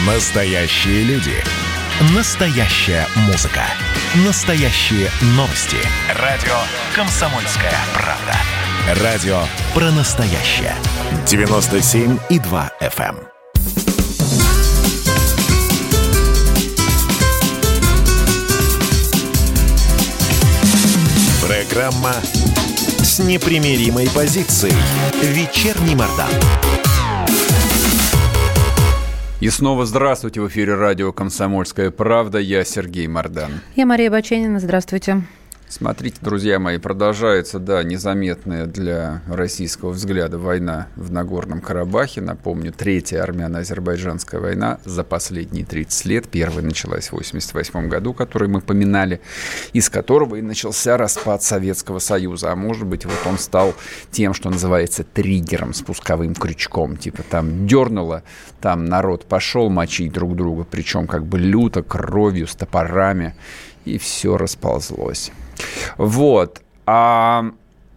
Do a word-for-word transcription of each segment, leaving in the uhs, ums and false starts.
Настоящие люди. Настоящая музыка. Настоящие новости. Радио «Комсомольская правда». Радио про настоящее. девяносто семь и два эф эм. Программа с непримиримой позицией. Вечерний Мордан. И снова здравствуйте. В эфире радио «Комсомольская правда». Я Сергей Мордан. Я Мария Баченина. Здравствуйте. Смотрите, друзья мои, продолжается, да, незаметная для российского взгляда война в Нагорном Карабахе. Напомню, третья армяно-азербайджанская война за последние тридцать лет. Первая началась в восемьдесят восьмом году, которую мы поминали, из которого и начался распад Советского Союза. А может быть, вот он стал тем, что называется триггером, спусковым крючком. Типа там дернуло, там народ пошел мочить друг друга, причем как бы люто, кровью, с топорами, и все расползлось. Вот. А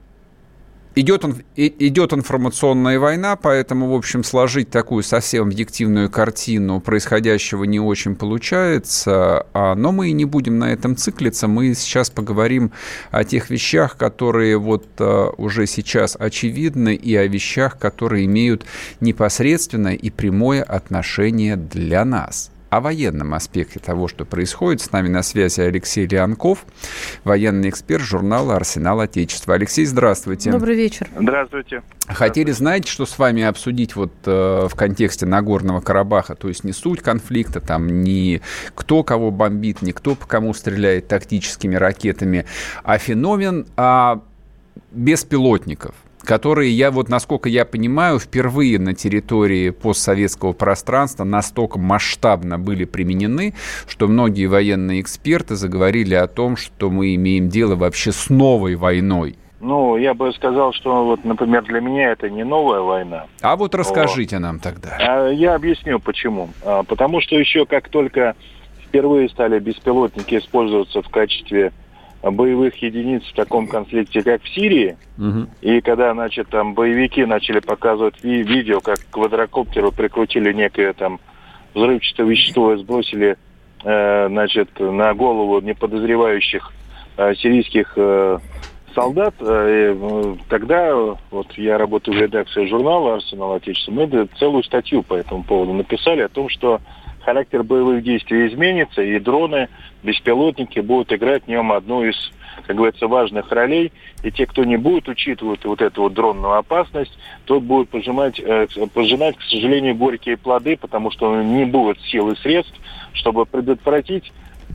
идет, идет информационная война, поэтому, в общем, сложить такую совсем объективную картину происходящего не очень получается. Но мы и не будем на этом циклиться. Мы сейчас поговорим о тех вещах, которые вот уже сейчас очевидны, и о вещах, которые имеют непосредственное и прямое отношение для нас. О военном аспекте того, что происходит. С нами на связи Алексей Леонков, военный эксперт журнала «Арсенал Отечества». Алексей, здравствуйте. Добрый вечер. Здравствуйте. Хотели, знаете, что с вами обсудить вот э, в контексте Нагорного Карабаха? То есть не суть конфликта, там не кто кого бомбит, не кто по кому стреляет тактическими ракетами, а феномен а, беспилотников, которые, я вот, насколько я понимаю, впервые на территории постсоветского пространства настолько масштабно были применены, что многие военные эксперты заговорили о том, что мы имеем дело вообще с новой войной. Ну, я бы сказал, что, вот, например, для меня это не новая война. А вот расскажите О. нам тогда. Я объясню, почему. Потому что еще как только впервые стали беспилотники использоваться в качестве боевых единиц в таком конфликте, как в Сирии, угу. И когда, значит, там боевики начали показывать ви- видео, как к квадрокоптеру прикрутили некое там взрывчатое вещество и сбросили, э, значит, на голову неподозревающих э, сирийских э, солдат, э, э, тогда, вот я работаю в редакции журнала «Арсенал Отечества», мы целую статью по этому поводу написали о том, что характер боевых действий изменится, и дроны, беспилотники будут играть в нем одну из, как говорится, важных ролей. И те, кто не будет учитывать вот эту вот дронную опасность, тот будет пожимать, э, пожинать, к сожалению, горькие плоды, потому что не будет сил и средств, чтобы предотвратить,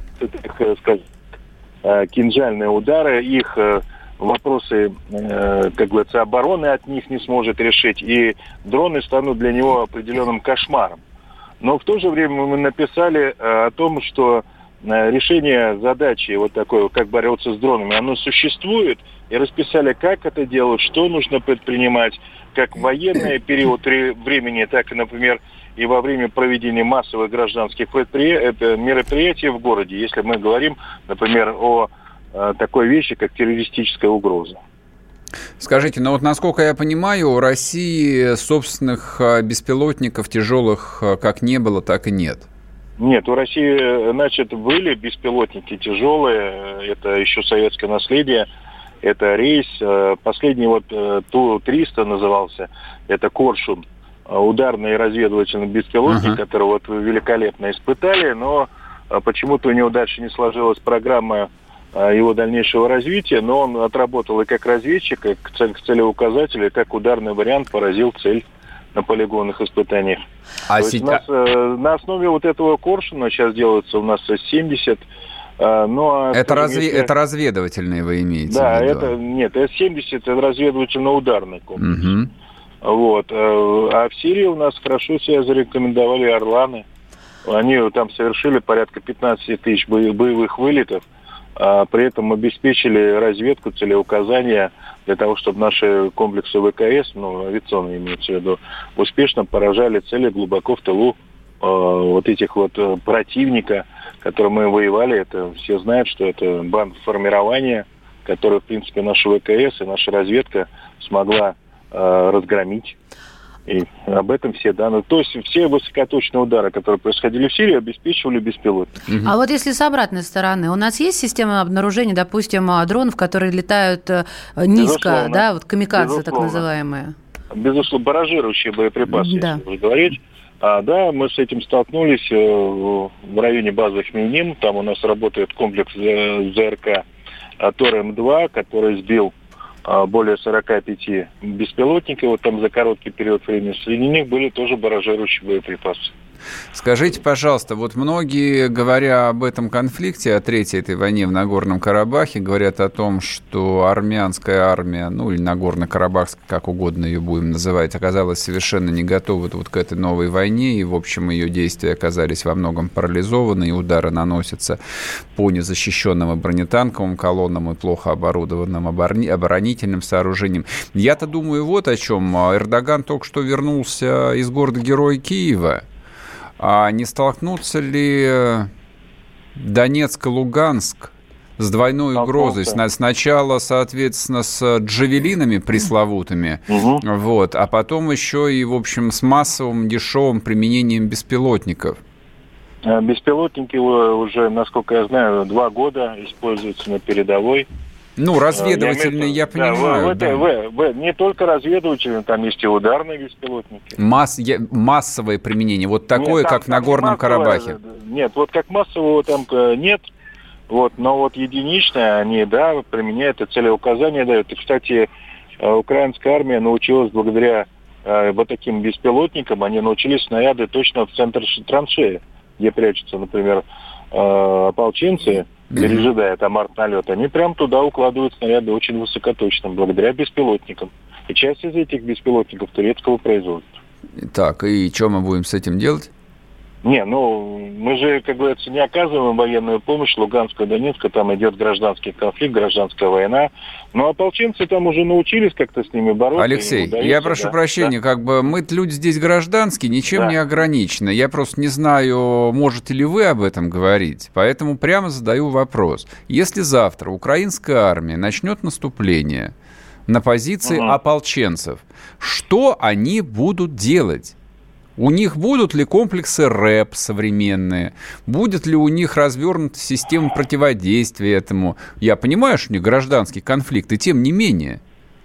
так сказать, э, кинжальные удары, их э, вопросы, э, как говорится, обороны от них не сможет решить, и дроны станут для него определенным кошмаром. Но в то же время мы написали э, о том, что э, решение задачи вот такой, как бороться с дронами, оно существует, и расписали, как это делать, что нужно предпринимать, как в военный период времени, так и, например, и во время проведения массовых гражданских предпри... мероприятий в городе, если мы говорим, например, о э, такой вещи, как террористическая угроза. Скажите, ну вот насколько я понимаю, у России собственных беспилотников тяжелых как не было, так и нет. Нет, у России, значит, были беспилотники тяжелые, это еще советское наследие, это рейс, последний вот Ту триста назывался, это «Коршун», ударный разведывательный беспилотник, uh-huh. который вот великолепно испытали, но почему-то у него дальше не сложилась программа его дальнейшего развития, но он отработал и как разведчик, и как целеуказатель, и как ударный вариант поразил цель на полигонных испытаниях. А То есть у нас, э, на основе вот этого «Коршуна» сейчас делается у нас С-семьдесят. Э, ну, а, это, разве... если... это разведывательные вы имеете да, в виду? Это, нет, С-семьдесят это разведывательно-ударный комплекс. Угу. Вот. А в Сирии у нас хорошо себя зарекомендовали «Орланы». Они там совершили порядка пятнадцать тысяч боевых вылетов. А при этом обеспечили разведку, целеуказания для того, чтобы наши комплексы ВКС, ну, авиационные имеется в виду, успешно поражали цели глубоко в тылу э, вот этих вот э, противника, которым мы воевали. Это все знают, что это бандформирование, которое, в принципе, наша ВКС и наша разведка смогла э, разгромить. И об этом все данные. То есть все высокоточные удары, которые происходили в Сирии, обеспечивали беспилотники. Угу. А вот если с обратной стороны, у нас есть система обнаружения, допустим, дронов, которые летают низко, безусловно, да, вот камикадзе, безусловно, так называемые? Безусловно, баражирующие боеприпасы, да, если говорить. А, да, мы с этим столкнулись в районе базы Хмельним. Там у нас работает комплекс ЗРК Тор-М два, который сбил более сорок пять беспилотников. Вот там за короткий период времени. Среди них были тоже баражирующие боеприпасы. Скажите, пожалуйста, вот многие, говоря об этом конфликте, о третьей этой войне в Нагорном Карабахе, говорят о том, что армянская армия, ну или Нагорно-Карабахская, как угодно ее будем называть, оказалась совершенно не готова вот к этой новой войне, и, в общем, ее действия оказались во многом парализованы, и удары наносятся по незащищенным бронетанковым колоннам и плохо оборудованным оборонительным сооружениям. Я-то думаю вот о чем. Эрдоган только что вернулся из города-героя Киева. А не столкнутся ли Донецк и Луганск с двойной угрозой? Сначала, соответственно, с джавелинами пресловутыми, угу. вот, а потом еще и, в общем, с массовым дешевым применением беспилотников. Беспилотники уже, насколько я знаю, два года используются на передовой. Ну, разведывательные, я, я понимаю. Да, в, да. В, в, в, не только разведывательные, там есть и ударные беспилотники. Масс, я, массовое применение, вот такое, нет, там, как в Нагорном Карабахе. Нет, вот как массового там нет, вот, но вот единичное они, да, применяют и целеуказания дают. И, кстати, украинская армия научилась благодаря э, вот таким беспилотникам, они научились снаряды точно в центр траншеи, где прячутся, например, э, ополченцы, пережидая там артналет, они прям туда укладывают снаряды очень высокоточно, благодаря беспилотникам. И часть из этих беспилотников турецкого производства. Так, и что мы будем с этим делать? Не, ну, мы же, как говорится, не оказываем военную помощь Луганска, Донецка, там идет гражданский конфликт, гражданская война. Но ополченцы там уже научились как-то с ними бороться. Алексей, удается, я прошу да, прощения, да? как бы мы люди здесь гражданские, ничем да. не ограничены. Я просто не знаю, можете ли вы об этом говорить, поэтому прямо задаю вопрос. Если завтра украинская армия начнет наступление на позиции угу. ополченцев, что они будут делать? У них будут ли комплексы РЭП современные? Будет ли у них развернута система противодействия этому? Я понимаю, что у них гражданский конфликт, и тем не менее.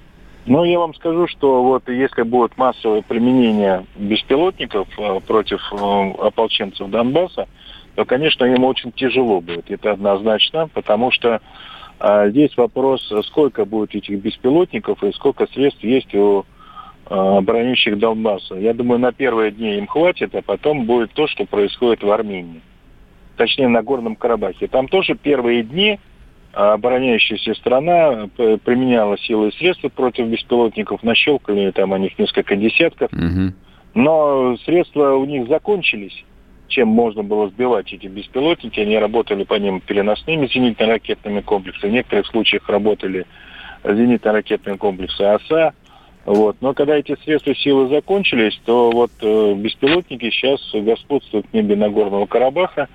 Ну, я вам скажу, что вот если будет массовое применение беспилотников э, против э, ополченцев Донбасса, то, конечно, им очень тяжело будет. Это однозначно, потому что э, здесь вопрос, сколько будет этих беспилотников и сколько средств есть у обороняющих Донбасса. Я думаю, на первые дни им хватит, а потом будет то, что происходит в Армении. Точнее, на Горном Карабахе. Там тоже первые дни обороняющаяся страна применяла силы и средства против беспилотников, нащелкали там о них несколько десятков. Угу. Но средства у них закончились, чем можно было сбивать эти беспилотники. Они работали по ним переносными зенитно-ракетными комплексами. В некоторых случаях работали зенитно-ракетные комплексы ОСА. Вот. Но когда эти средства силы закончились, то вот э, беспилотники сейчас господствуют в небе Нагорного Карабаха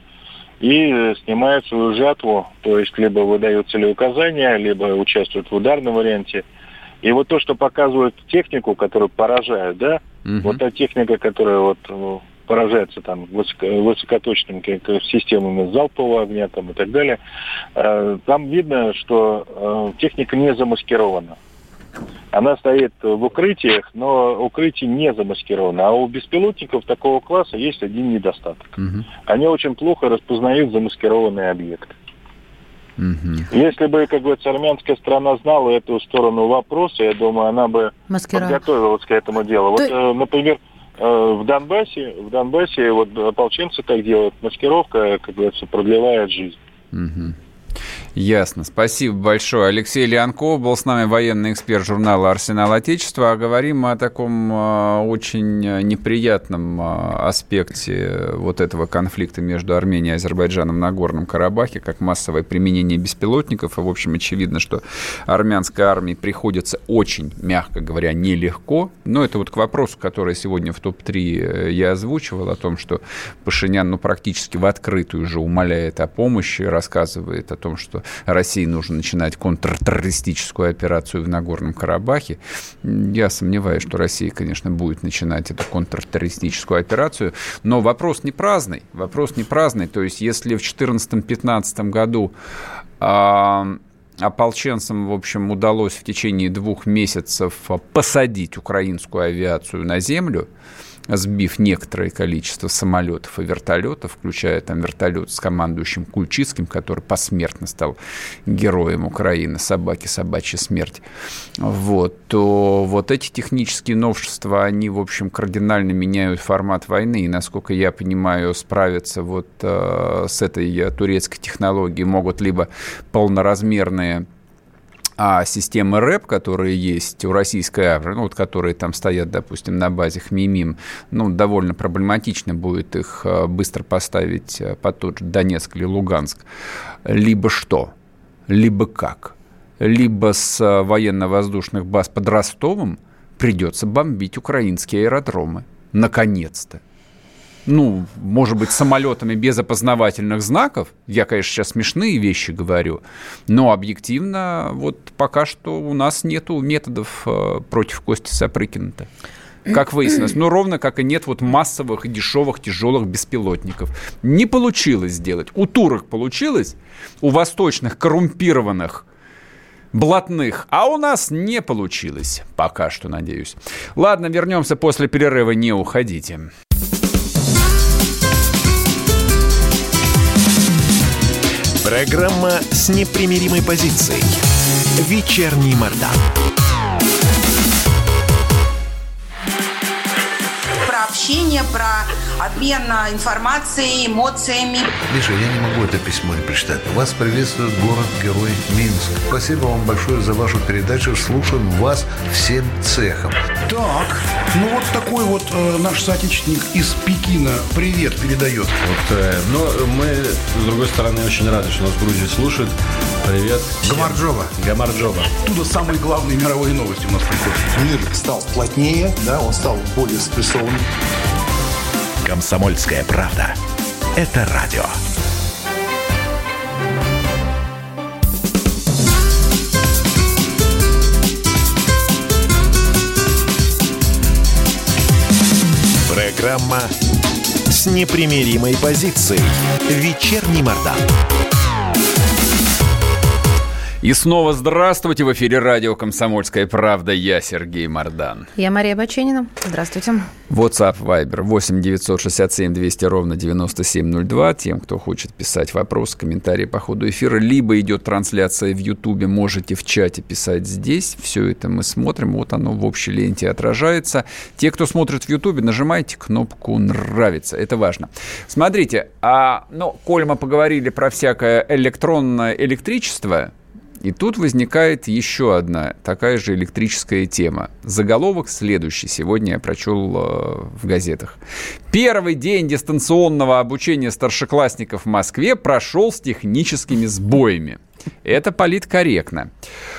и э, снимают свою жатву, то есть либо выдают целеуказания, либо участвуют в ударном варианте. И вот то, что показывает технику, которую поражают, да, угу. вот та техника, которая вот ну, поражается там высоко, высокоточными системами залпового огня там, и так далее, э, там видно, что э, техника не замаскирована. Она стоит в укрытиях, но укрытие не замаскировано. А у беспилотников такого класса есть один недостаток. Угу. Они очень плохо распознают замаскированные объекты. Угу. Если бы, как говорится, армянская страна знала эту сторону вопроса, я думаю, она бы Маскировать. подготовилась к этому делу. То... Вот, например, в Донбассе, в Донбассе вот ополченцы так делают. Маскировка, как говорится, продлевает жизнь. Угу. Ясно. Спасибо большое. Алексей Леонков был с нами, военный эксперт журнала «Арсенал Отечества». А говорим мы о таком э, очень неприятном э, аспекте вот этого конфликта между Арменией и Азербайджаном на Горном Карабахе, как массовое применение беспилотников. И, в общем, очевидно, что армянской армии приходится очень, мягко говоря, нелегко. Но это вот к вопросу, который сегодня в топ три я озвучивал, о том, что Пашинян ну, практически в открытую уже умоляет о помощи, рассказывает о том, что что России нужно начинать контртеррористическую операцию в Нагорном Карабахе. Я сомневаюсь, что Россия, конечно, будет начинать эту контртеррористическую операцию, но вопрос не праздный, вопрос не праздный, то есть если в две тысячи четырнадцатом-пятнадцатом году э, ополченцам, в общем, удалось в течение двух месяцев посадить украинскую авиацию на землю, сбив некоторое количество самолетов и вертолетов, включая там вертолет с командующим Кульчицким, который посмертно стал героем Украины, собаки, собачья смерть, вот, то вот эти технические новшества, они, в общем, кардинально меняют формат войны, и, насколько я понимаю, справиться вот э, с этой турецкой технологией могут либо полноразмерные А системы РЭП, которые есть у российской армии, ну, вот, которые там стоят, допустим, на базе Хмеймим, ну, довольно проблематично будет их быстро поставить под тот же Донецк или Луганск. Либо что? Либо как? Либо с военно-воздушных баз под Ростовом придется бомбить украинские аэродромы. Наконец-то. Ну, может быть, самолетами без опознавательных знаков. Я, конечно, сейчас смешные вещи говорю, но объективно вот пока что у нас нету методов э, против Кости Сапрыкина-то. Как выяснилось. Ну, ровно как и нет вот массовых и дешевых тяжелых беспилотников. Не получилось сделать. У турок получилось, у восточных коррумпированных блатных, а у нас не получилось. Пока что, надеюсь. Ладно, вернемся после перерыва, не уходите. Программа с непримиримой позицией. Вечерний Мордан. Про общение, про обмен информацией, эмоциями. Миша, я не могу это письмо не прочитать. Вас приветствует город-герой Минск. Спасибо вам большое за вашу передачу. Слушаем вас всем цехом. Так, ну вот такой вот э, наш соотечественник из Пекина привет передает. Вот, э, но мы, с другой стороны, очень рады, что нас в Грузии слушают. Привет. Гамарджоба. Гамарджоба. Оттуда самые главные мировые новости у нас приходят. Мир стал плотнее, да, он стал более спрессованным. «Комсомольская правда». Это радио. Программа с непримиримой позицией. Вечерний Мордан. И снова здравствуйте. В эфире радио «Комсомольская правда». Я Сергей Мордан. Я Мария Баченина. Здравствуйте. WhatsApp, Viber восемь девятьсот шестьдесят семь двести ровно девяносто семь ноль два. Тем, кто хочет писать вопросы, комментарии по ходу эфира, либо идет трансляция в Ютубе, можете в чате писать здесь. Все это мы смотрим. Вот оно в общей ленте отражается. Те, кто смотрит в Ютубе, нажимайте кнопку «Нравится». Это важно. Смотрите, а, ну, коль мы поговорили про всякое электронное электричество, и тут возникает еще одна такая же электрическая тема. Заголовок следующий. Сегодня я прочел э, в газетах. Первый день дистанционного обучения старшеклассников в Москве прошел с техническими сбоями. Это политкорректно.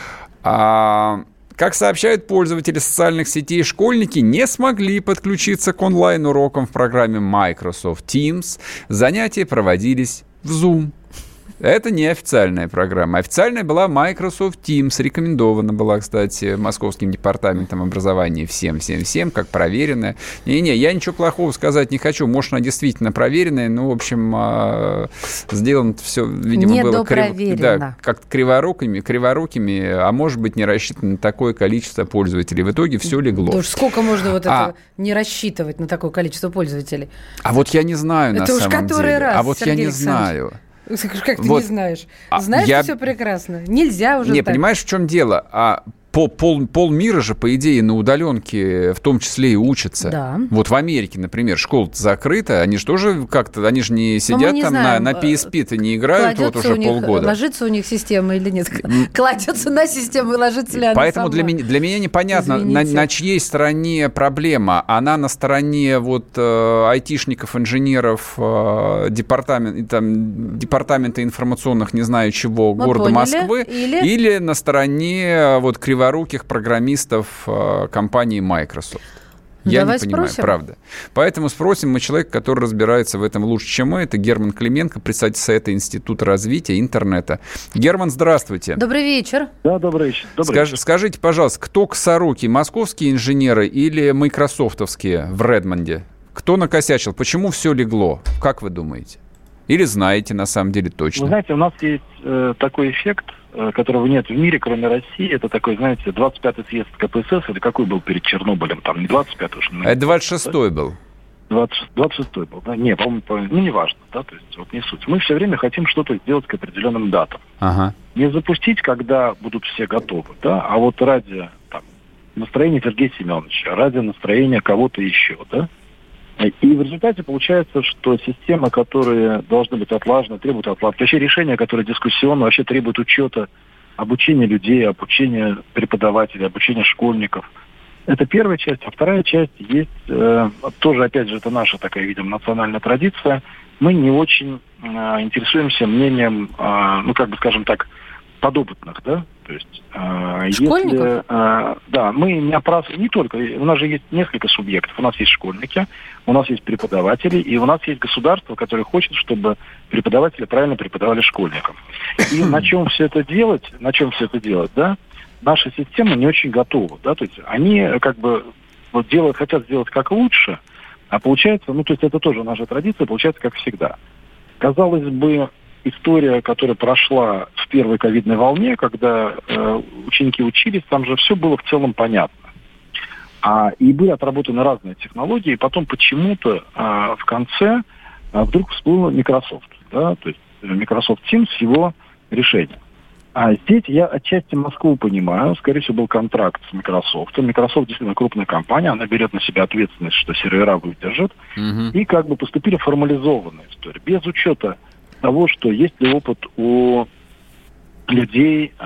А, как сообщают пользователи социальных сетей, школьники не смогли подключиться к онлайн-урокам в программе Microsoft Teams. Занятия проводились в Zoom. Это не официальная программа. Официальная была Microsoft Teams. Рекомендована была, кстати, Московским департаментом образования всем-всем-всем, как проверенная. Не-не, я ничего плохого сказать не хочу. Может, она действительно проверенная, но, в общем, сделано все, видимо, было крив... да, как криворукими, криворукими, а может быть, не рассчитано на такое количество пользователей. В итоге все легло. Да уж сколько можно вот а... это не рассчитывать на такое количество пользователей? А вот я не знаю, это на самом деле. Раз, а вот Сергей я не знаю. Как ты вот. не знаешь? Знаешь, я... что все прекрасно. Нельзя уже Не, так. Понимаешь, в чем дело? А пол, пол, полмира же, по идее, на удаленке в том числе и учатся. Да. Вот в Америке, например, школа-то закрыта, они же тоже как-то, они же не сидят не там знаем, на, на пи эс пи-то не играют вот уже них, полгода. Ложится у них система или нет? Кладется на систему и ложится ли она Поэтому сама? для меня, для меня непонятно, на, на чьей стороне проблема. Она на стороне вот э, айтишников, инженеров, э, департамент, там, департамента информационных, не знаю чего, Мы города поняли. Москвы, или... или на стороне вот криворуких программистов э, компании Microsoft. Я Давай не понимаю, спросим. правда. Поэтому спросим мы человека, который разбирается в этом лучше, чем мы. Это Герман Клименко, председатель Совета Института развития интернета. Герман, здравствуйте. Добрый вечер. Да, добрый вечер. Добрый Скаж, вечер. Скажите, пожалуйста, кто косоруки, московские инженеры или майкрософтовские в Редмонде? Кто накосячил? Почему все легло? Как вы думаете? Или знаете на самом деле точно? Вы знаете, у нас есть э, такой эффект, э, которого нет в мире, кроме России. Это такой, знаете, двадцать пятый съезд ка пэ эс эс, или какой был перед Чернобылем? Там не двадцать пятый уж. Это двадцать шестой да? был. двадцать шестой был, да? Не, по-моему, по... ну, неважно, да, то есть, вот не суть. Мы все время хотим что-то сделать к определенным датам. Ага. Не запустить, когда будут все готовы, да, а вот ради там, настроения Сергея Семеновича, ради настроения кого-то еще, да. И в результате получается, что системы, которые должны быть отлажены, требуют отладки, вообще решения, которые дискуссионно, вообще требуют учета обучения людей, обучения преподавателей, обучения школьников. Это первая часть. А вторая часть есть, э, тоже, опять же, это наша такая, видимо, национальная традиция. Мы не очень э, интересуемся мнением, э, ну, как бы, скажем так, подопытных, да? То есть, э, школьников? Если, э, да, мы не опрашиваем, не только, у нас же есть несколько субъектов. У нас есть школьники, у нас есть преподаватели, и у нас есть государство, которое хочет, чтобы преподаватели правильно преподавали школьникам. И на чем все это делать, на чем все это делать, да? Наша система не очень готова, да, то есть они как бы вот делают, хотят сделать как лучше, а получается, ну, то есть это тоже наша традиция, получается как всегда. Казалось бы, история, которая прошла в первой ковидной волне, когда э, ученики учились, там же все было в целом понятно. А, и были отработаны разные технологии, и потом почему-то э, в конце э, вдруг всплыл Microsoft, да, то есть Microsoft Teams с его решением. А здесь я отчасти Москву понимаю. Скорее всего, был контракт с Microsoft. Microsoft действительно крупная компания, она берет на себя ответственность, что сервера выдержат. Uh-huh. И как бы поступили формализованные истории. Без учета того, что есть ли опыт у людей э,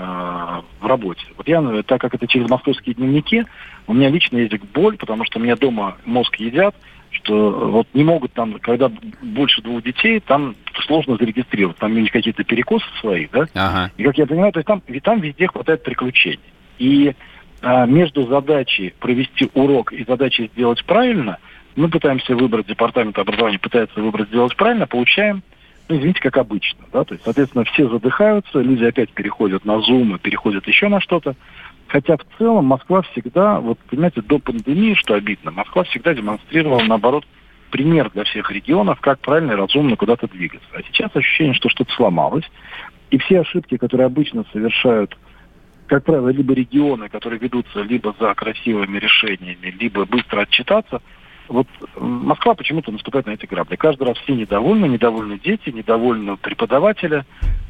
в работе. Вот я, так как это через московские дневники, у меня лично есть боль, потому что у меня дома мозг едят, что вот не могут там, когда больше двух детей, там сложно зарегистрировать. Там есть какие-то перекосы свои, да? Ага. И как я понимаю, то есть там, там везде хватает приключений. И а, между задачей провести урок и задачей сделать правильно, мы пытаемся выбрать, департамент образования пытается выбрать сделать правильно, получаем, ну, извините, как обычно, да? То есть, соответственно, все задыхаются, люди опять переходят на Zoom, переходят еще на что-то. Хотя в целом Москва всегда, вот понимаете, до пандемии, что обидно, Москва всегда демонстрировала, наоборот, пример для всех регионов, как правильно и разумно куда-то двигаться. А сейчас ощущение, что что-то сломалось, и все ошибки, которые обычно совершают, как правило, либо регионы, которые ведутся либо за красивыми решениями, либо быстро отчитаться, вот Москва почему-то наступает на эти грабли. Каждый раз все недовольны, недовольны дети, недовольны преподаватели.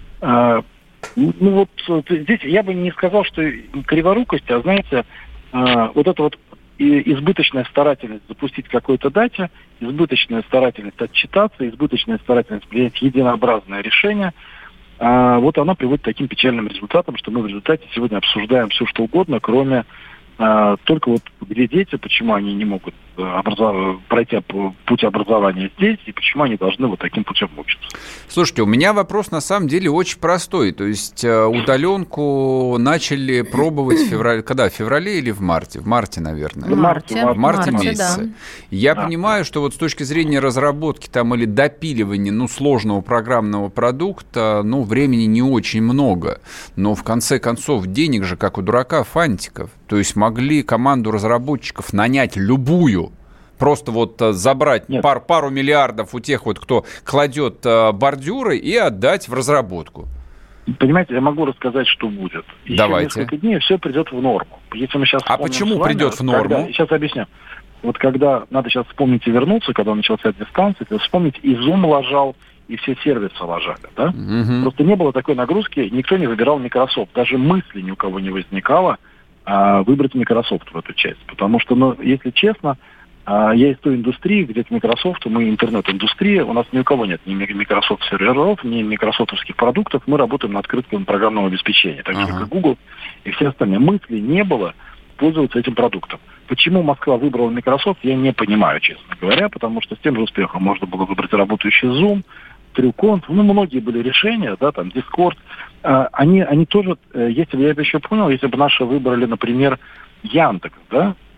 Ну вот здесь я бы не сказал, что криворукость, а, знаете, э, вот это вот избыточная старательность запустить какой-то дате, избыточная старательность отчитаться, избыточная старательность принять единообразное решение, э, вот она приводит к таким печальным результатам, что мы в результате сегодня обсуждаем все, что угодно, кроме э, только вот где дети, почему они не могут образов... пройти путь образования здесь, и почему они должны вот таким путем учиться. Слушайте, у меня вопрос на самом деле очень простой. То есть удаленку начали пробовать в феврале, когда? В феврале или в марте? В марте, наверное. В марте. В марте, марте месяце. Да. Я да. понимаю, что вот с точки зрения разработки там или допиливания, ну, сложного программного продукта, ну, времени не очень много. Но в конце концов денег же, как у дурака, фантиков. То есть могли команду разработчиков нанять любую, просто вот забрать пар, пару миллиардов у тех, вот, кто кладет бордюры, и отдать в разработку. Понимаете, я могу рассказать, что будет. Еще Давайте. несколько дней все придет в норму. Если мы сейчас а почему вами, придет в норму? Когда, сейчас объясню. Вот когда надо сейчас вспомнить и вернуться, когда начался дистанция, вспомнить, и Zoom лажал, и все сервисы лажали, да? Угу. Просто не было такой нагрузки, никто не выбирал Microsoft. Даже мысли ни у кого не возникало а, выбрать Microsoft в эту часть. Потому что, ну, если честно, а, я из той индустрии, где к Microsoft, мы интернет-индустрия, у нас ни у кого нет ни Microsoft серверов, ни микрософтовских продуктов, мы работаем над открытым программным обеспечением, так же, ага. как и Google и все остальные. Мысли не было пользоваться этим продуктом. Почему Москва выбрала Microsoft, я не понимаю, честно говоря, потому что с тем же успехом можно было выбрать работающий Zoom, Трюконт, ну, многие были решения, да, там, Discord, а, они, они тоже, если бы я это еще понял, если бы наши выбрали, например, Яндекс, да,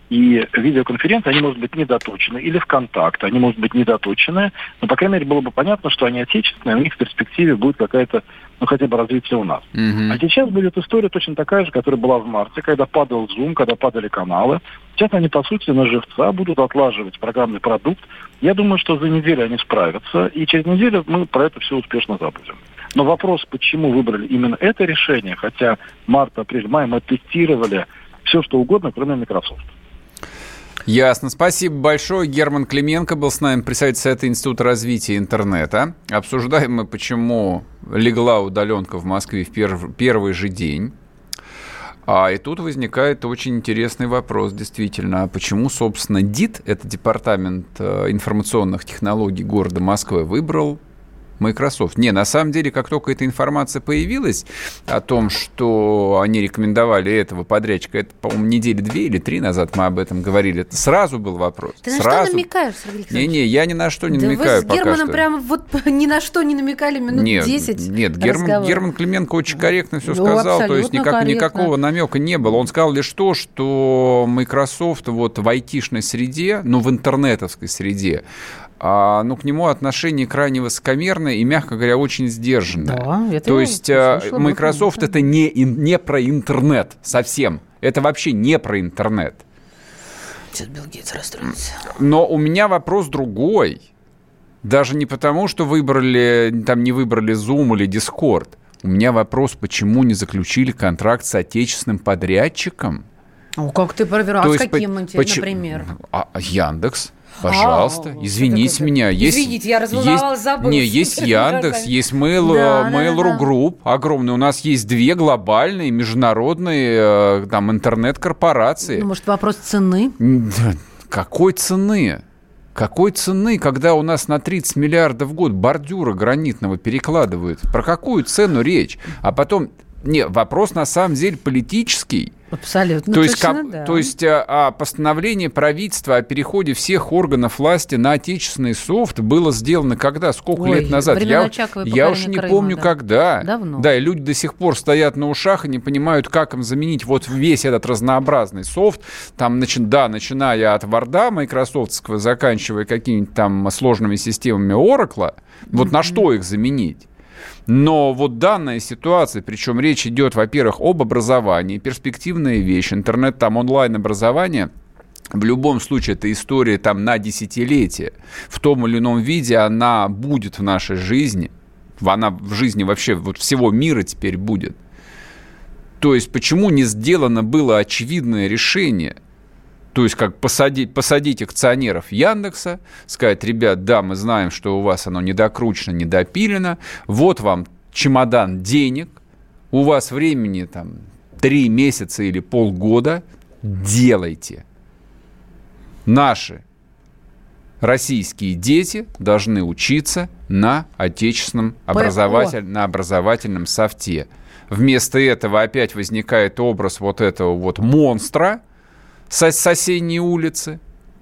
И видеоконференции, они, может быть, недоточены, или ВКонтакте, они, может быть, недоточены, но, по крайней мере, было бы понятно, что они отечественные, у них в перспективе будет какая-то, ну, хотя бы развитие у нас. Mm-hmm. А сейчас будет история точно такая же, которая была в марте, когда падал Zoom, когда падали каналы. Сейчас они, по сути, на живца будут отлаживать программный продукт. Я думаю, что за неделю они справятся, и через неделю мы про это все успешно забудем. Но вопрос, почему выбрали именно это решение, хотя март, апрель, май мы тестировали все, что угодно, кроме Microsoft. Ясно. Спасибо большое. Герман Клименко был с нами, представитель Совета Института развития интернета. Обсуждаем мы, почему легла удаленка в Москве в перв- первый же день. А и тут возникает очень интересный вопрос, действительно. А почему, собственно, ДИТ, это Департамент э, информационных технологий города Москвы, выбрал Microsoft? Не, на самом деле, как только эта информация появилась о том, что они рекомендовали этого подрядчика, это, по-моему, недели две или три назад мы об этом говорили, это сразу был вопрос. Ты на сразу... что намекаешь, Сергей Александрович? Не-не, я ни на что не да намекаю вы с Германом пока что. прямо вот ни на что не намекали минут нет, десять. Нет, Герман, Герман Клименко очень корректно все ну, сказал, то есть никак, никакого намека не было. Он сказал лишь то, что Microsoft вот в айтишной среде, ну, в интернетовской среде, А, ну, к нему отношение крайне высокомерное и, мягко говоря, очень сдержанное. Да, это То есть слышала, Microsoft это не, не про интернет совсем. Это вообще не про интернет. Сейчас Билл Гейтс расстроится. Но у меня вопрос другой. Даже не потому, что выбрали, там не выбрали Zoom или Discord. У меня вопрос, почему не заключили контракт с отечественным подрядчиком? О, как ты проверял? А с каким, по- поч- например? А, Яндекс. Пожалуйста, а, извините это, меня. Есть, извините, я разволновалась, забыла. Не, есть Яндекс, есть Mail, да, Mail.ru да, да. Group огромный. У нас есть две глобальные международные там интернет-корпорации. Ну, может, вопрос цены? Какой цены? Какой цены, когда у нас на тридцать миллиардов в год бордюра гранитного перекладывают? Про какую цену речь? А потом... Не, вопрос на самом деле политический. Абсолютно. То есть, точно, как, да. то есть а, постановление правительства о переходе всех органов власти на отечественный софт было сделано когда? Сколько Ой, лет назад? Я, я уж не Крыма, помню, да. когда. Давно. Да, и люди до сих пор стоят на ушах и не понимают, как им заменить вот весь этот разнообразный софт. Там, начи, да, начиная от Word, майкрософтского, заканчивая какими-то там сложными системами Oracle. Вот mm-hmm. на что их заменить? Но вот данная ситуация, причем речь идет, во-первых, об образовании, перспективная вещь, интернет, там онлайн-образование, в любом случае это история там на десятилетия. В том или ином виде она будет в нашей жизни, она в жизни вообще вот всего мира теперь будет. То есть почему не сделано было очевидное решение? То есть как посадить, посадить акционеров Яндекса, сказать, ребят, да, мы знаем, что у вас оно недокручено, недопилено, вот вам чемодан денег, у вас времени там три месяца или полгода, делайте. Наши российские дети должны учиться на отечественном образователь, на образовательном софте. Вместо этого опять возникает образ вот этого вот монстра, с соседней улицы.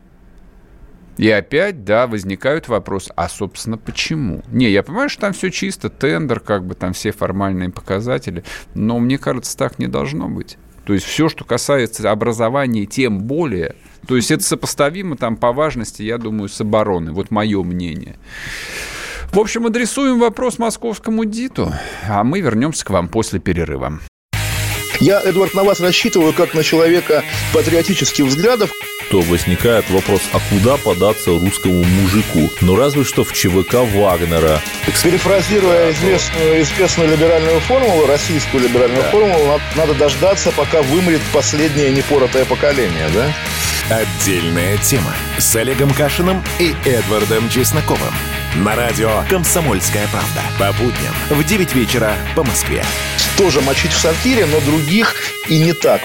И опять, да, возникают вопросы, а, собственно, почему? Не, я понимаю, что там все чисто, тендер, как бы там все формальные показатели, но мне кажется, так не должно быть. То есть все, что касается образования, тем более. То есть это сопоставимо там по важности, я думаю, с обороной. Вот мое мнение. В общем, адресуем вопрос московскому ДИТу, а мы вернемся к вам после перерыва. Я, Эдвард, на вас рассчитываю как на человека патриотических взглядов. То возникает вопрос, а куда податься русскому мужику? Ну, разве что в ЧВК Вагнера. Перефразируя известную, известную либеральную формулу, российскую либеральную да. формулу, надо дождаться, пока вымрет последнее непоротое поколение, да? Отдельная тема с Олегом Кашиным и Эдвардом Чесноковым. На радио «Комсомольская правда». По будням в девять вечера по Москве. Тоже мочить в сортире, но других и не так.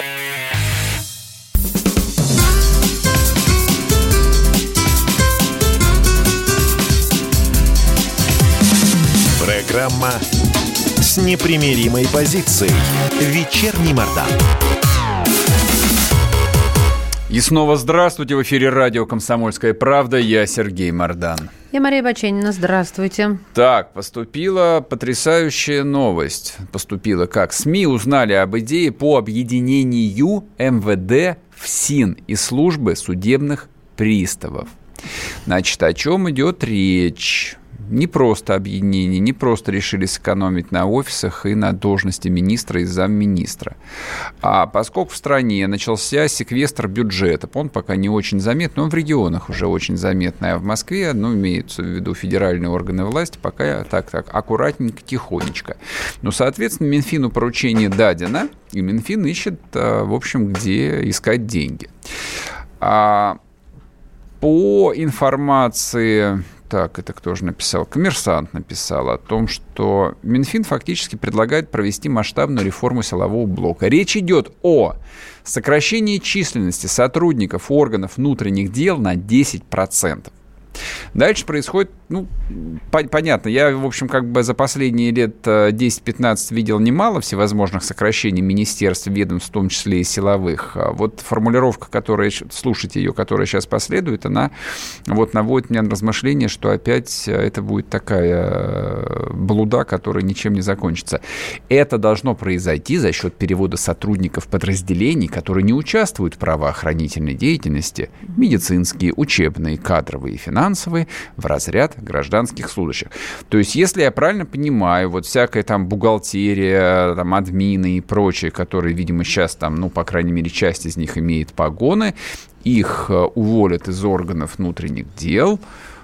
Программа с непримиримой позицией. Вечерний Мордан. И снова здравствуйте. В эфире радио «Комсомольская правда». Я Сергей Мордан. Я Мария Баченина. Здравствуйте. Так, поступила потрясающая новость. Поступила как? СМИ узнали об идее по объединению эм вэ дэ ФСИН и службы судебных приставов. Значит, о чем идет речь? Не просто объединение, не просто решили сэкономить на офисах и на должности министра и замминистра. А поскольку в стране начался секвестр бюджета, он пока не очень заметный, он в регионах уже очень заметный, а в Москве, ну, имеются в виду федеральные органы власти, пока так-так, аккуратненько, тихонечко. Ну, соответственно, Минфину поручение дадено, и Минфин ищет, в общем, где искать деньги. А по информации... Так, это кто же написал? Коммерсант написал о том, что Минфин фактически предлагает провести масштабную реформу силового блока. Речь идет о сокращении численности сотрудников органов внутренних дел на десять процентов. Дальше происходит, ну, по- понятно, я, в общем, как бы за последние лет десять-пятнадцать видел немало всевозможных сокращений министерств, ведомств, в том числе и силовых. Вот формулировка, которая, слушайте ее, которая сейчас последует, она вот наводит меня на размышление, что опять это будет такая блуда, которая ничем не закончится. Это должно произойти за счет перевода сотрудников подразделений, которые не участвуют в правоохранительной деятельности, медицинские, учебные, кадровые и финансовые, в разряд гражданских служащих. То есть, если я правильно понимаю, вот всякая там бухгалтерия, там админы и прочие, которые, видимо, сейчас там, ну, по крайней мере, часть из них имеет погоны, их уволят из органов внутренних дел,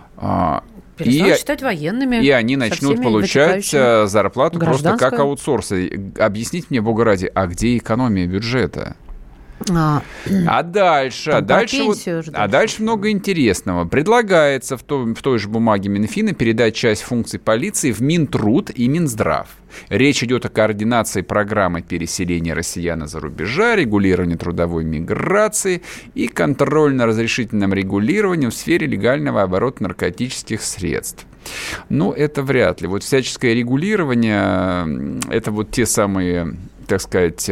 перестанут считать военными. И они начнут получать зарплату просто как аутсорсы. Объясните мне, бога ради, а где экономия бюджета? А, а дальше, а дальше, вот, а дальше много интересного. Предлагается в, том, в той же бумаге Минфина передать часть функций полиции в Минтруд и Минздрав. Речь идет о координации программы переселения россиян за рубежа, регулировании трудовой миграции и контрольно-разрешительном регулировании в сфере легального оборота наркотических средств. Ну, это вряд ли. Вот всяческое регулирование – это вот те самые, так сказать,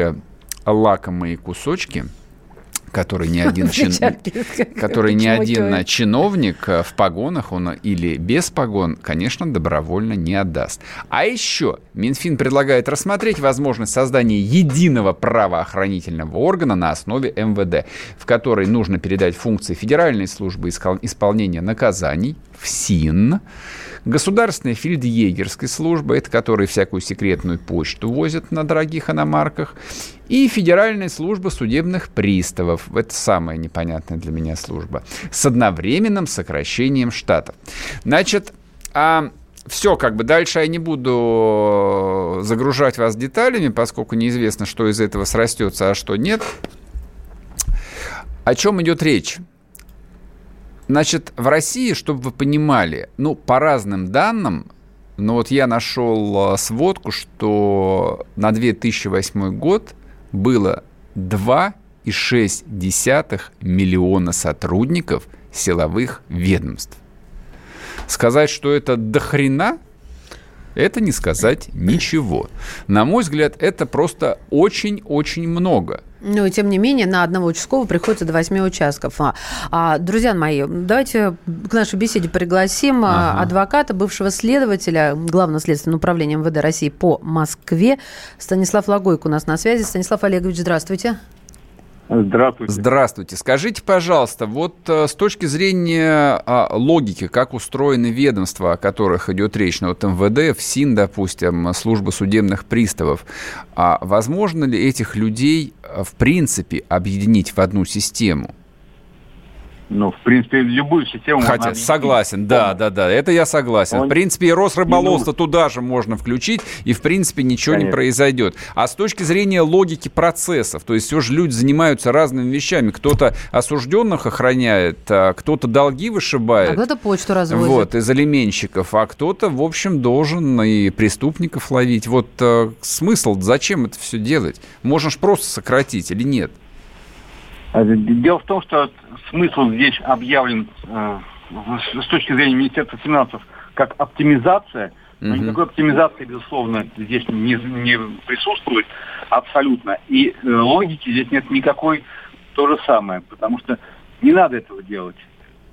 лакомые кусочки, которые ни один, чин... который ни один чиновник в погонах, он или без погон, конечно, добровольно не отдаст. А еще Минфин предлагает рассмотреть возможность создания единого правоохранительного органа на основе эм вэ дэ, в который нужно передать функции Федеральной службы исполнения наказаний, ФСИН, Государственной фельдъегерской службы, это которые всякую секретную почту возят на дорогих иномарках, и Федеральной службы судебных приставов, это самая непонятная для меня служба, с одновременным сокращением штатов. Значит, а... Все, как бы дальше я не буду загружать вас деталями, поскольку неизвестно, что из этого срастется, а что нет. О чем идет речь? Значит, в России, чтобы вы понимали, ну, по разным данным, ну, вот я нашел сводку, что на две тысячи восьмой год было два и шесть десятых миллиона сотрудников силовых ведомств. Сказать, что это дохрена, это не сказать ничего. На мой взгляд, это просто очень-очень много. Ну и тем не менее, на одного участкового приходится до восьми участков. А, а, друзья мои, давайте к нашей беседе пригласим ага. адвоката, бывшего следователя Главного следственного управления эм вэ дэ России по Москве Станислав Логойко у нас на связи. Станислав Олегович, здравствуйте. Здравствуйте. Здравствуйте. Скажите, пожалуйста, вот с точки зрения а, логики, как устроены ведомства, о которых идет речь, ну, вот эм вэ дэ, ФСИН, допустим, служба судебных приставов, а возможно ли этих людей, в принципе, объединить в одну систему? Ну, в принципе, любую систему... Хотя, согласен, да, да, да, это я согласен. Он... В принципе, и Росрыболовство туда же можно включить, и, в принципе, ничего Конечно. не произойдет. А с точки зрения логики процессов, то есть все же люди занимаются разными вещами. Кто-то осужденных охраняет, а кто-то долги вышибает. А кто-то почту разводит. Вот, из алименщиков. А кто-то, в общем, должен и преступников ловить. Вот а, смысл, зачем это все делать? Можно же просто сократить или нет? Дело в том, что смысл здесь объявлен э, с точки зрения Министерства финансов как оптимизация, но mm-hmm. никакой оптимизации, безусловно, здесь не, не присутствует абсолютно. И э, логики здесь нет никакой, то же самое, потому что не надо этого делать.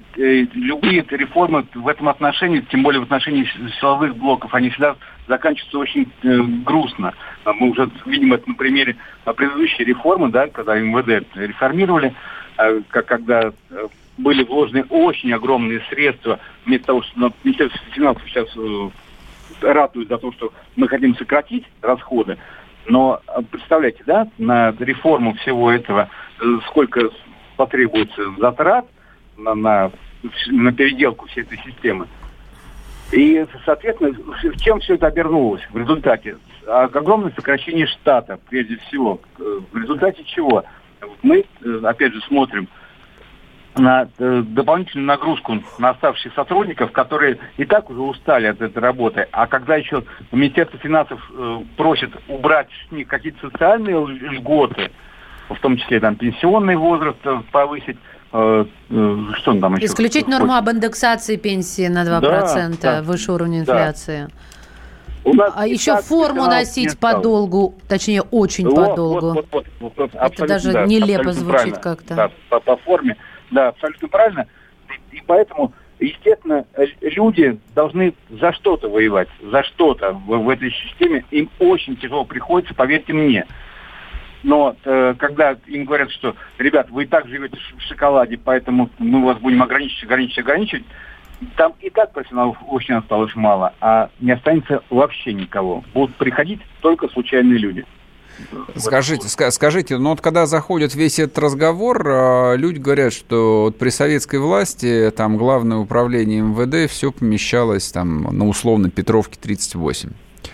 любые реформы в этом отношении, тем более в отношении силовых блоков, они всегда заканчиваются очень э, грустно. Мы уже видим это на примере предыдущей реформы, да, когда эм вэ дэ реформировали, э, как, когда э, были вложены очень огромные средства, вместо того, что Министерство финансов сейчас э, ратует за то, что мы хотим сократить расходы. Но представляете, да, на реформу всего этого э, сколько потребуется затрат на, на, на переделку всей этой системы. И, соответственно, чем все это обернулось в результате? Огромное сокращение штата, прежде всего. В результате чего? Мы, опять же, смотрим на дополнительную нагрузку на оставшихся сотрудников, которые и так уже устали от этой работы. А когда еще Министерство финансов просит убрать с них какие-то социальные льготы, в том числе там пенсионный возраст повысить, что он там еще? Исключить норму об индексации пенсии на два процента, да, да, выше уровня инфляции. Да. А еще форму носить подолгу, точнее, очень вот, подолгу. Вот, вот, вот, вот, это даже да, нелепо звучит как-то. Да, по, по форме, да, абсолютно правильно. И, и поэтому, естественно, люди должны за что-то воевать, за что-то в, в этой системе. Им очень тяжело приходится, поверьте мне. Но э, когда им говорят, что, ребят, вы и так живете в шоколаде, поэтому мы вас будем ограничивать, ограничивать, ограничивать, там и так профессионалов очень осталось мало, а не останется вообще никого. Будут приходить только случайные люди. Скажите, скажите, ну вот когда заходит весь этот разговор, люди говорят, что вот при советской власти там главное управление эм вэ дэ все помещалось там на условно Петровке тридцать восемь.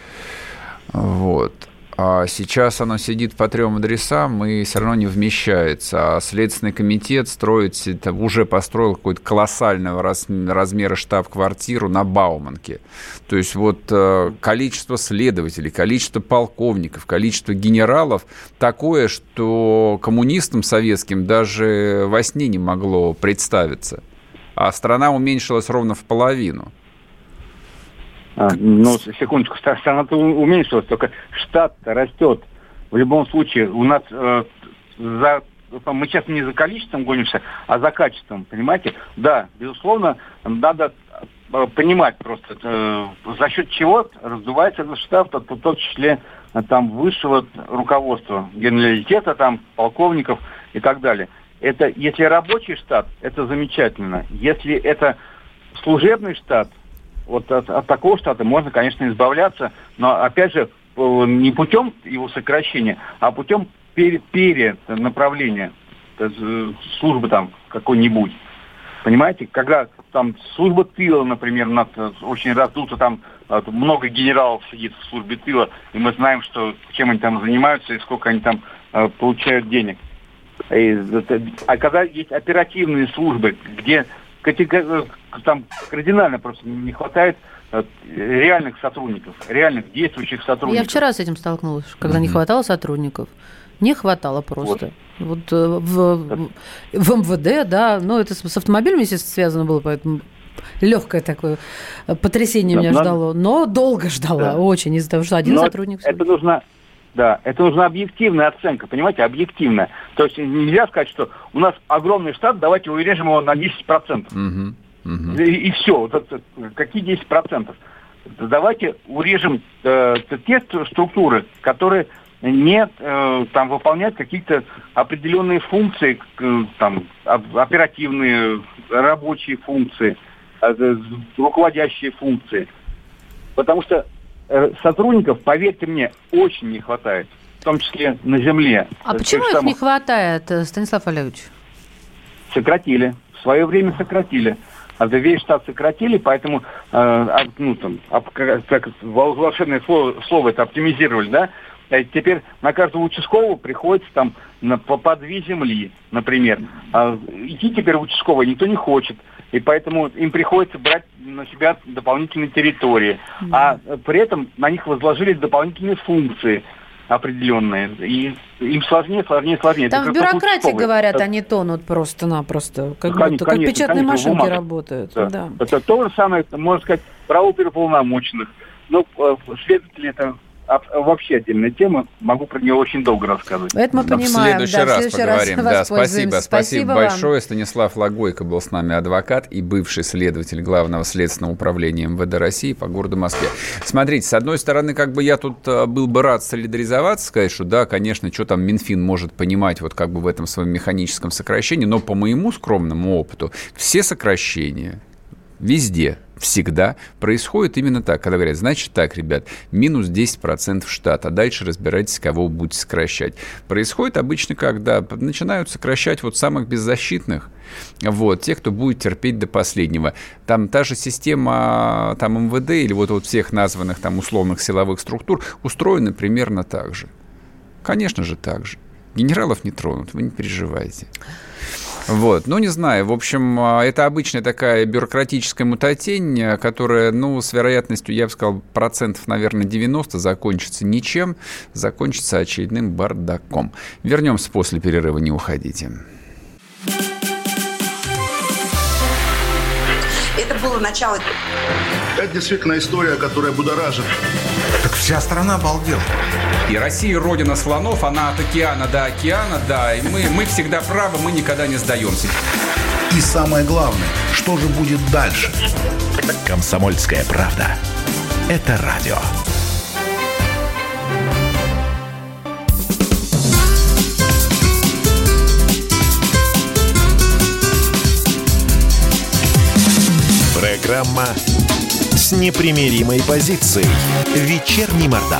Вот. А сейчас оно сидит по трем адресам и все равно не вмещается. А Следственный комитет строит, уже построил какой-то колоссального размера штаб-квартиру на Бауманке. То есть вот количество следователей, количество полковников, количество генералов такое, что коммунистам советским даже во сне не могло представиться. А страна уменьшилась ровно в половину. А, ну, секундочку, страна-то уменьшилась, только штат-то растет. В любом случае, у нас э, за, мы сейчас не за количеством гонимся, а за качеством, понимаете? Да, безусловно, надо э, понимать просто, э, за счет чего раздувается этот штат, в том числе э, там высшего руководства, генералитета, там, полковников и так далее. Это, если рабочий штат, это замечательно. Если это служебный штат, вот от, от такого штата можно, конечно, избавляться, но, опять же, не путем его сокращения, а путем пере, перенаправления службы там какой-нибудь. Понимаете, когда там служба тыла, например, над, очень раздута, там много генералов сидит в службе тыла, и мы знаем, что чем они там занимаются и сколько они там э, получают денег. И, а когда есть оперативные службы, где там кардинально просто не хватает реальных сотрудников, реальных действующих сотрудников. Я вчера с этим столкнулась, когда mm-hmm. не хватало сотрудников. Не хватало просто. Вот, вот в, в эм вэ дэ, да, ну это с автомобилем, естественно, связано было, поэтому легкое такое потрясение да, меня надо... ждало, но долго ждало, да. очень, из-за того, что один но сотрудник... Это нужно... Да, это нужна объективная оценка, понимаете, объективная. То есть нельзя сказать, что у нас огромный штат, давайте урежем его на десять процентов. Uh-huh. Uh-huh. И, и все, вот это, какие десять процентов? Давайте урежем э, те структуры, которые не э, там, выполняют какие-то определенные функции, э, там, оперативные, рабочие функции, э, руководящие функции. Потому что сотрудников, поверьте мне, очень не хватает, в том числе на земле. А почему их самых... не хватает, Станислав Олегович? Сократили. В свое время сократили. А весь штат сократили, поэтому, э, ну, там, как, как волшебное слово, слово это оптимизировали, да? А теперь на каждого участкового приходится там на, по, по две земли, например. А идти теперь в участковое никто не хочет. И поэтому им приходится брать на себя дополнительные территории. Да. А при этом на них возложились дополнительные функции определенные. И им сложнее, сложнее, сложнее. Там это в бюрократии, говорят, они тонут просто-напросто. Как конечно, будто как конечно, печатные конечно, машинки работают. Да. Да. Это то же самое, можно сказать, про оперуполномоченных. Ну, следователи это а, вообще отдельная тема. Могу про нее очень долго рассказывать. Это мы Но понимаем. в следующий да, раз в следующий поговорим. раз Да, спасибо. Спасибо, Спасибо вам. большое. Станислав Логойко был с нами, адвокат и бывший следователь Главного следственного управления эм вэ дэ России по городу Москве. Смотрите, с одной стороны, как бы я тут был бы рад солидаризоваться, сказать, что да, конечно, что там Минфин может понимать вот как бы в этом своем механическом сокращении, но по моему скромному опыту все сокращения везде, всегда происходит именно так. Когда говорят, значит так, ребят, минус десять процентов штата, а дальше разбирайтесь, кого вы будете сокращать. Происходит обычно, когда начинают сокращать вот самых беззащитных, вот, тех, кто будет терпеть до последнего. Там та же система там, эм вэ дэ или вот, вот всех названных там условных силовых структур устроена примерно так же. Конечно же, так же. Генералов не тронут, вы не переживайте. Вот, ну, не знаю, в общем, это обычная такая бюрократическая мутатень, которая, ну, с вероятностью, я бы сказал, процентов, наверное, девяносто закончится ничем, закончится очередным бардаком. Вернемся после перерыва, не уходите. Это было начало. Это действительно история, которая будоражит. Так вся страна обалдела. И Россия родина слонов, она от океана до океана, да, и мы, мы всегда правы, мы никогда не сдаемся. И самое главное, что же будет дальше? «Комсомольская правда». Это радио. Программа с непримиримой позицией. Вечерний Мордан.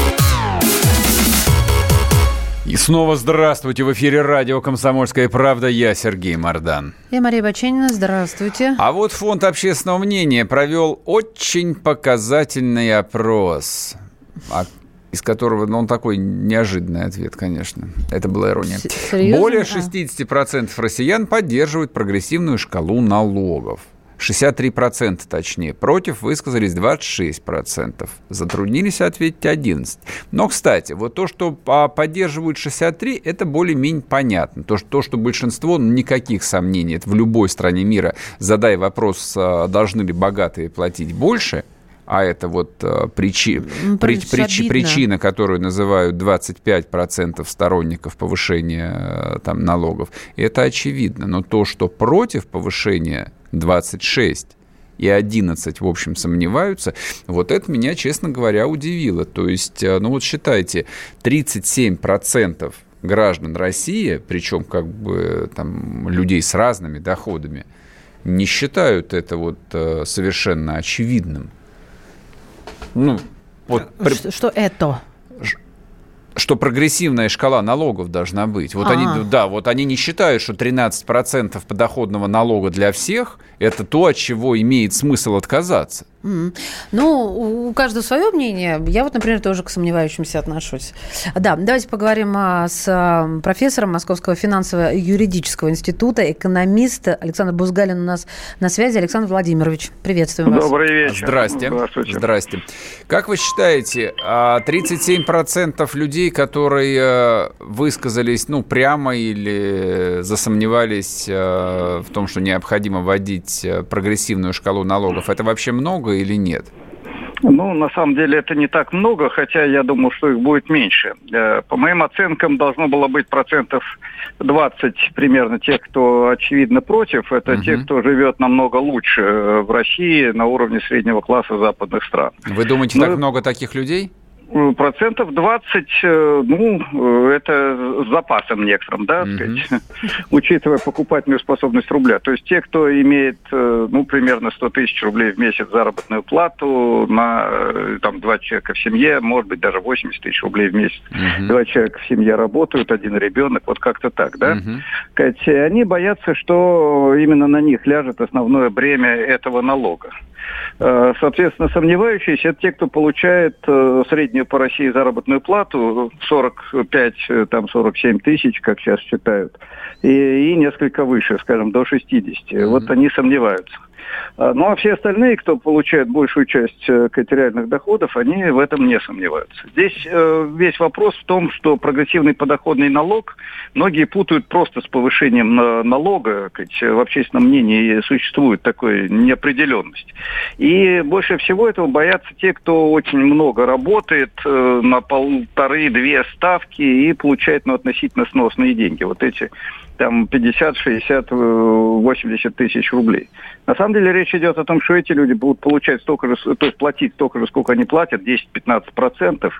И снова здравствуйте. В эфире радио «Комсомольская правда». Я Сергей Мордан. Я Мария Баченина. Здравствуйте. А вот Фонд общественного мнения провел очень показательный опрос, из которого, ну, он такой неожиданный ответ, конечно. Это была ирония. Серьезно? Более шестьдесят процентов россиян поддерживают прогрессивную шкалу налогов. шестьдесят три процента точнее. Против высказались двадцать шесть процентов. Затруднились ответить одиннадцать процентов. Но, кстати, вот то, что поддерживают шестьдесят три процента, это более-менее понятно. То, что, то, что большинство, ну, никаких сомнений, это в любой стране мира, задай вопрос, должны ли богатые платить больше, а это вот причи, ну, при, причи, причина, которую называют двадцать пять процентов сторонников повышения там, налогов, это очевидно. Но то, что против повышения двадцать шесть и одиннадцать, в общем, сомневаются, вот это меня, честно говоря, удивило. То есть, ну вот считайте, тридцать семь процентов граждан России, причем как бы там людей с разными доходами, не считают это вот совершенно очевидным. Ну, вот, что, что это? Что прогрессивная шкала налогов должна быть. Вот они, да, вот они не считают, что тринадцать процентов подоходного налога для всех – это то, от чего имеет смысл отказаться. Mm. Ну, у каждого свое мнение. Я вот, например, тоже к сомневающимся отношусь. Да, давайте поговорим а, с профессором Московского финансово-юридического института, экономист Александр Бузгалин у нас на связи. Александр Владимирович, приветствуем вас. Добрый вечер. Здрасте. Здравствуйте. Здрасте. Как вы считаете, тридцать семь процентов людей, которые высказались, ну, прямо или засомневались в том, что необходимо вводить прогрессивную шкалу налогов, это вообще много или нет? Ну, на самом деле это не так много, хотя я думаю, что их будет меньше. По моим оценкам, должно было быть процентов двадцать примерно тех, кто очевидно против. Это uh-huh. те, кто живет намного лучше в России на уровне среднего класса западных стран. Вы думаете, Но... так много таких людей? Процентов двадцать, ну, это с запасом некоторым, да, mm-hmm. сказать, учитывая покупательную способность рубля. То есть те, кто имеет, ну, примерно сто тысяч рублей в месяц заработную плату на, там, два человека в семье, может быть, даже восемьдесят тысяч рублей в месяц. Mm-hmm. Два человека в семье работают, один ребенок, вот как-то так, да. Mm-hmm. Сказать, они боятся, что именно на них ляжет основное бремя этого налога. Соответственно, сомневающиеся – это те, кто получает среднюю по России заработную плату сорок пять, там, сорок семь тысяч, как сейчас считают, и, и несколько выше, скажем, до шестьдесят. Mm-hmm. Вот они сомневаются. Ну, а все остальные, кто получает большую часть реальных доходов, они в этом не сомневаются. Здесь весь вопрос в том, что прогрессивный подоходный налог многие путают просто с повышением налога. В общественном мнении существует такая неопределенность. И больше всего этого боятся те, кто очень много работает на полторы-две ставки и получает ну, относительно сносные деньги. Вот эти там пятьдесят, шестьдесят, восемьдесят тысяч рублей. На самом деле речь идет о том, что эти люди будут получать столько же, то есть платить столько же, сколько они платят, десять-пятнадцать процентов.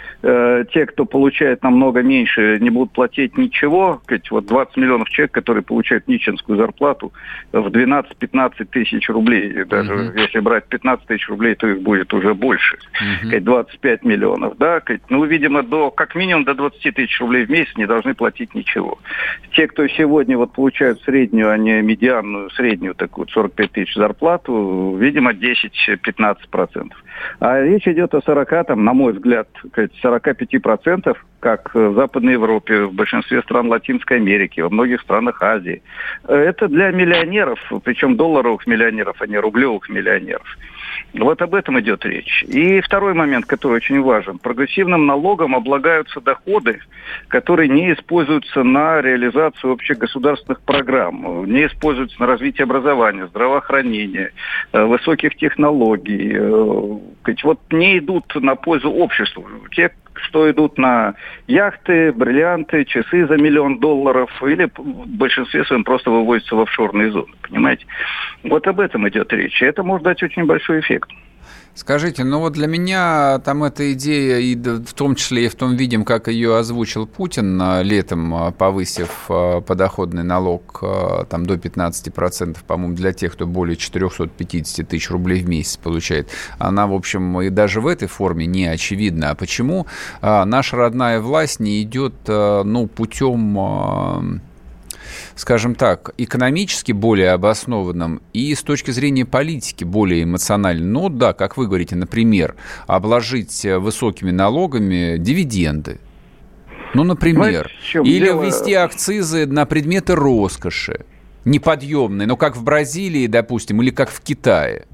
Те, кто получает намного меньше, не будут платить ничего. Ведь вот двадцать миллионов человек, которые получают нищенскую зарплату в двенадцать-пятнадцать тысяч рублей. Даже uh-huh. если брать пятнадцать тысяч рублей, то их будет уже больше. Uh-huh. двадцать пять миллионов. Да? Ну, видимо, до, как минимум до двадцать тысяч рублей в месяц не должны платить ничего. Те, кто сегодня вот получают среднюю, а не медианную, среднюю такую сорок пять тысяч зарплату, видимо, десять-пятнадцать процентов. А речь идет о сорока, там, на мой взгляд, сорок пять процентов, как в Западной Европе, в большинстве стран Латинской Америки, во многих странах Азии. Это для миллионеров, причем долларовых миллионеров, а не рублевых миллионеров. Вот об этом идет речь. И второй момент, который очень важен. Прогрессивным налогом облагаются доходы, которые не используются на реализацию общегосударственных программ, не используются на развитие образования, здравоохранения, высоких технологий. Вот не идут на пользу обществу. Те, что идут на яхты, бриллианты, часы за миллион долларов, или в большинстве своем просто вывозятся в офшорные зоны, понимаете? Вот об этом идет речь. И это может дать очень большой эффект. Скажите, ну вот для меня там эта идея, и в том числе и в том виде, как ее озвучил Путин летом, повысив подоходный налог там, до пятнадцать процентов, по-моему, для тех, кто более четыреста пятьдесят тысяч рублей в месяц получает, она, в общем, и даже в этой форме не очевидна. А почему наша родная власть не идет ну, путем... скажем так, экономически более обоснованным и с точки зрения политики более эмоциональным? Ну да, как вы говорите, например, обложить высокими налогами дивиденды. Ну, например. Или дело... ввести акцизы на предметы роскоши, неподъемные, ну, как в Бразилии, допустим, или как в Китае.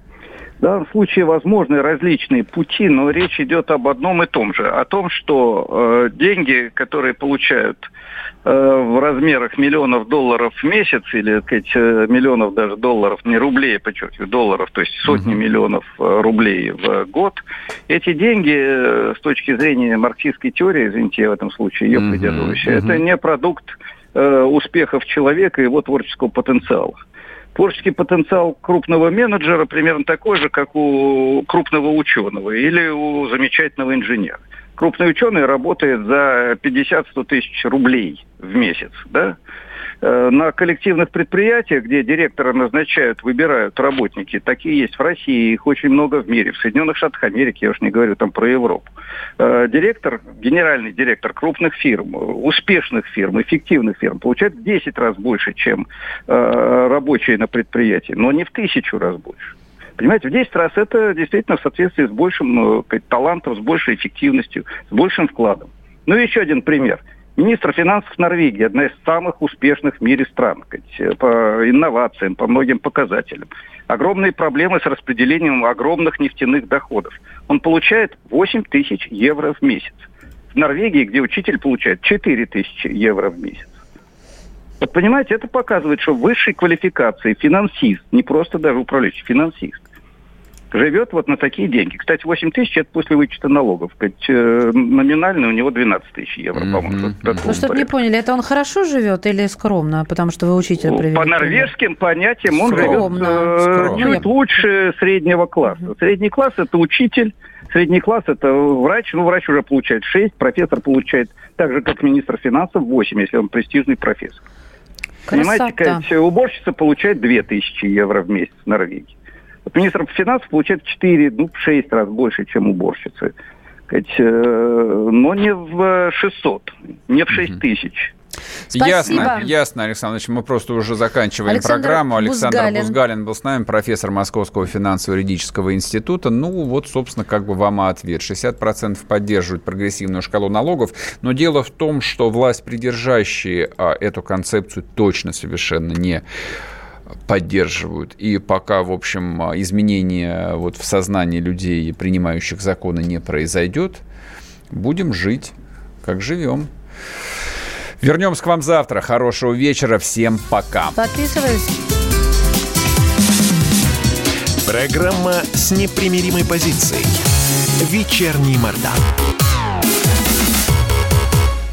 В данном случае возможны различные пути, но речь идет об одном и том же. О том, что э, деньги, которые получают э, в размерах миллионов долларов в месяц, или, так сказать, э, миллионов даже долларов, не рублей, подчеркиваю, долларов, то есть сотни uh-huh. миллионов э, рублей в год, эти деньги, э, с точки зрения марксистской теории, извините, я в этом случае ее uh-huh. придерживаюсь, uh-huh. это не продукт э, успехов человека и его творческого потенциала. Творческий потенциал крупного менеджера примерно такой же, как у крупного ученого или у замечательного инженера. Крупный ученый работает за пятьдесят-сто тысяч рублей в месяц, да? На коллективных предприятиях, где директора назначают, выбирают работники, такие есть в России, их очень много в мире, в Соединенных Штатах Америки, я уж не говорю там про Европу. Директор, генеральный директор крупных фирм, успешных фирм, эффективных фирм получает в десять раз больше, чем рабочие на предприятии, но не в тысячу раз больше. Понимаете, в десять раз это действительно в соответствии с большим талантом, с большей эффективностью, с большим вкладом. Ну и еще один пример. Министр финансов Норвегии, одна из самых успешных в мире стран, по инновациям, по многим показателям. Огромные проблемы с распределением огромных нефтяных доходов. Он получает восемь тысяч евро в месяц. В Норвегии, где учитель получает четыре тысячи евро в месяц. Вот понимаете, это показывает, что высшей квалификации финансист, не просто даже управляющий, финансист, живет вот на такие деньги. Кстати, восемь тысяч – это после вычета налогов. Номинально у него двенадцать тысяч евро, mm-hmm. по-моему. Mm-hmm. Ну, чтобы не поняли, это он хорошо живет или скромно? Потому что вы учитель привели. По норвежским понятиям он скромно. живет скромно. чуть ну, лучше среднего класса. Mm-hmm. Средний класс – это учитель, средний класс – это врач. Ну, врач уже получает шесть, профессор получает так же, как министр финансов, восемь, если он престижный профессор. Красота. Понимаете, уборщица получает две тысячи евро в месяц в Норвегии. Вот министр финансов получает четыре, ну, шесть раз больше, чем уборщицы. Но не в шестьсот, не в шесть тысяч. Ясно, ясно, Александр Ильич. Мы просто уже заканчиваем Александр программу. Александр Бузгалин. Бузгалин был с нами, профессор Московского финансово-юридического института. Ну, вот, собственно, как бы вам и ответ. шестьдесят процентов поддерживают прогрессивную шкалу налогов. Но дело в том, что власть, придержащие а, эту концепцию, точно совершенно не поддерживают. И пока, в общем, изменения вот в сознании людей, принимающих законы, не произойдет, будем жить, как живем. Вернемся к вам завтра. Хорошего вечера. Всем пока. Подписываюсь. Программа с непримиримой позицией. Вечерний Мордан.